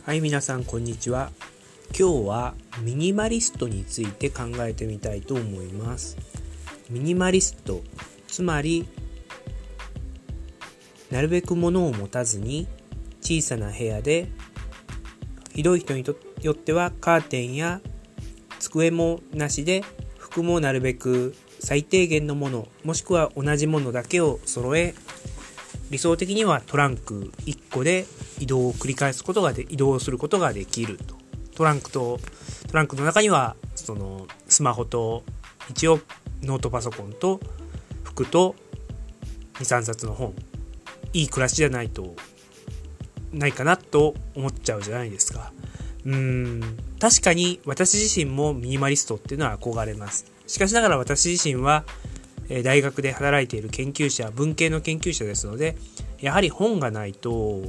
はい、皆さんこんにちは。今日はミニマリストについて考えてみたいと思います。ミニマリスト、つまりなるべく物を持たずに小さな部屋で、ひどい人によってはカーテンや机もなしで、服もなるべく最低限のもの、もしくは同じものだけを揃え、理想的にはトランク1個で移動することができると。トランクの中にはそのスマホと一応ノートパソコンと服と 2,3 冊の本、いい暮らしじゃないかなと思っちゃうじゃないですか。確かに私自身もミニマリストっていうのは憧れます。しかしながら私自身は大学で働いている文系の研究者ですので、やはり本がないと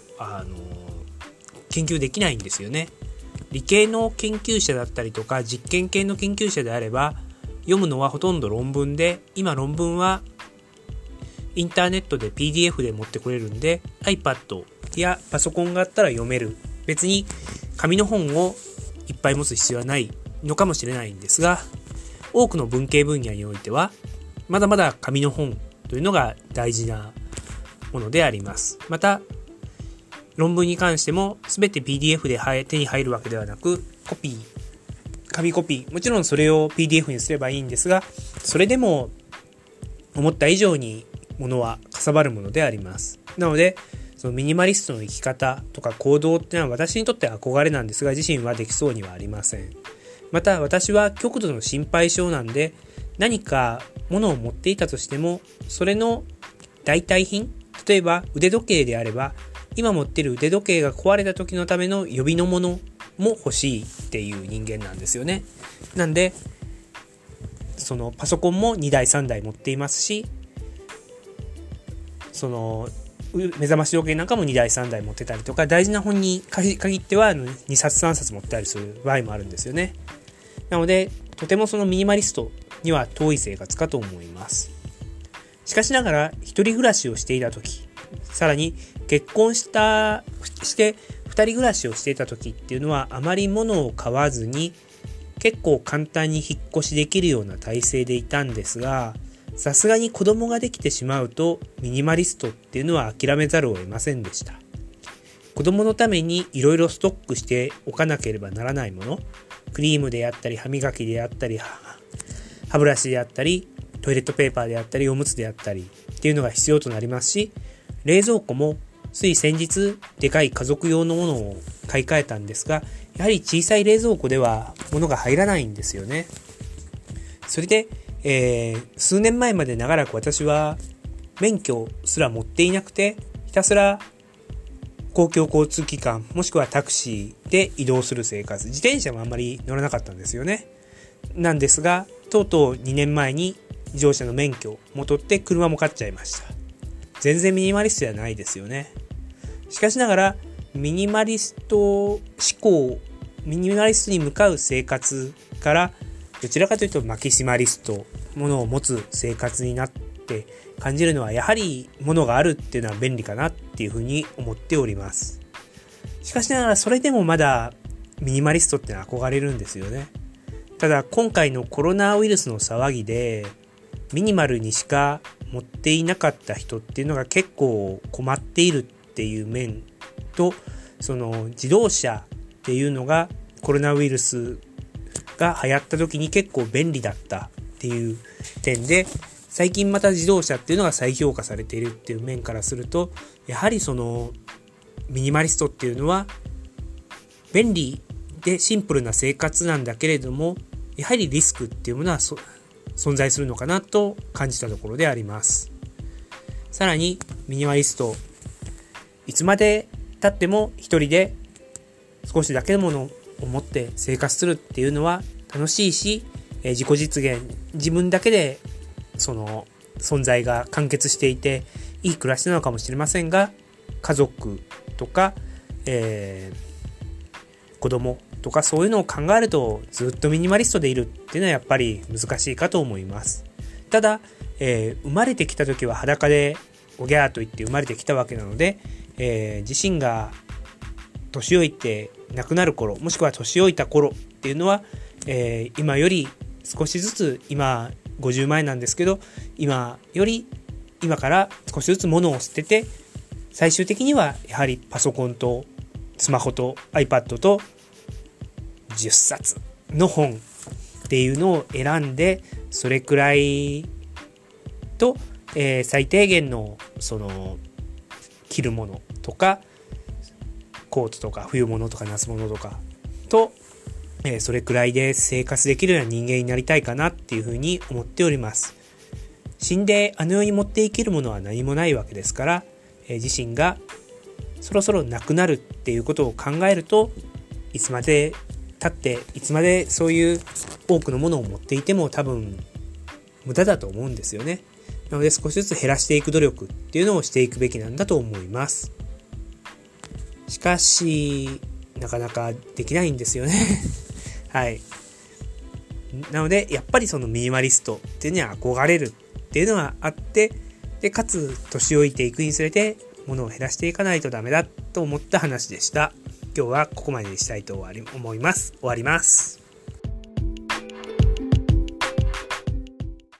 研究できないんですよね。理系の研究者だったりとか実験系の研究者であれば、読むのはほとんど論文で、今論文はインターネットで PDF で持ってこれるんで iPad やパソコンがあったら読める。別に紙の本をいっぱい持つ必要はないのかもしれないんですが、多くの文系分野においてはまだまだ紙の本というのが大事なものであります。また論文に関しても全て PDF で手に入るわけではなく、紙コピー、もちろんそれを PDF にすればいいんですが、それでも思った以上に物はかさばるものであります。なのでそのミニマリストの生き方とか行動っていうのは私にとっては憧れなんですが、自身はできそうにはありません。また私は極度の心配性なんで、何か物を持っていたとしてもそれの代替品、例えば腕時計であれば、今持っている腕時計が壊れた時のための予備のものも欲しいっていう人間なんですよね。なんでそのパソコンも2台3台持っていますし、その目覚まし時計なんかも2台3台持ってたりとか、大事な本に限っては2冊3冊持ってたりする場合もあるんですよね。なのでとてもそのミニマリストには遠い生活かと思います。しかしながら一人暮らしをしていた時、さらに結婚して二人暮らしをしていた時っていうのは、あまり物を買わずに結構簡単に引っ越しできるような体制でいたんですが、さすがに子供ができてしまうとミニマリストっていうのは諦めざるを得ませんでした。子供のためにいろいろストックしておかなければならないもの、クリームであったり歯磨きであったり歯ブラシであったりトイレットペーパーであったりおむつであったりっていうのが必要となりますし、冷蔵庫もつい先日でかい家族用のものを買い替えたんですが、やはり小さい冷蔵庫では物が入らないんですよね。それで、数年前まで長らく私は免許すら持っていなくて、ひたすら公共交通機関もしくはタクシーで移動する生活、自転車もあんまり乗らなかったんですよね。なんですが、とうとう2年前に自動車の免許も取って車も買っちゃいました。全然ミニマリストじゃないですよね。しかしながらミニマリストに向かう生活から、どちらかというとマキシマリスト、物を持つ生活になって感じるのは、やはり物があるっていうのは便利かなっていうふうに思っております。しかしながらそれでもまだミニマリストってのは憧れるんですよね。ただ今回のコロナウイルスの騒ぎでミニマルにしか持っていなかった人っていうのが結構困っているっていう面と、その自動車っていうのがコロナウイルスが流行った時に結構便利だったっていう点で、最近また自動車っていうのが再評価されているっていう面からすると、やはりそのミニマリストっていうのは便利でシンプルな生活なんだけれども、やはりリスクっていうものは存在するのかなと感じたところであります。さらにミニマリスト、いつまで経っても一人で少しだけのものを持って生活するっていうのは楽しいし、自己実現、自分だけでその存在が完結していていい暮らしなのかもしれませんが、家族とか、子供とかそういうのを考えると、ずっとミニマリストでいるっていうのはやっぱり難しいかと思います。ただ、生まれてきた時は裸でおぎゃーと言って生まれてきたわけなので、自身が年老いて亡くなる頃、もしくは年老いた頃っていうのは、今より少しずつ、今50前なんですけど、今から少しずつ物を捨てて、最終的にはやはりパソコンとスマホと iPad と10冊の本っていうのを選んで、それくらいと、最低限のその着るものとかコートとか冬物とか夏物とかと、それくらいで生活できるような人間になりたいかなっていうふうに思っております。死んであの世に持っていけるものは何もないわけですから、自身がそろそろ亡くなるっていうことを考えると、いつまで経っていつまでそういう多くのものを持っていても多分無駄だと思うんですよね。なので少しずつ減らしていく努力っていうのをしていくべきなんだと思います。しかしなかなかできないんですよねはい。なのでやっぱりそのミニマリストっていうには憧れるっていうのがあって、でかつ年老いていくにつれて物を減らしていかないとダメだと思った話でした。今日はここまでにしたいと思います。終わります。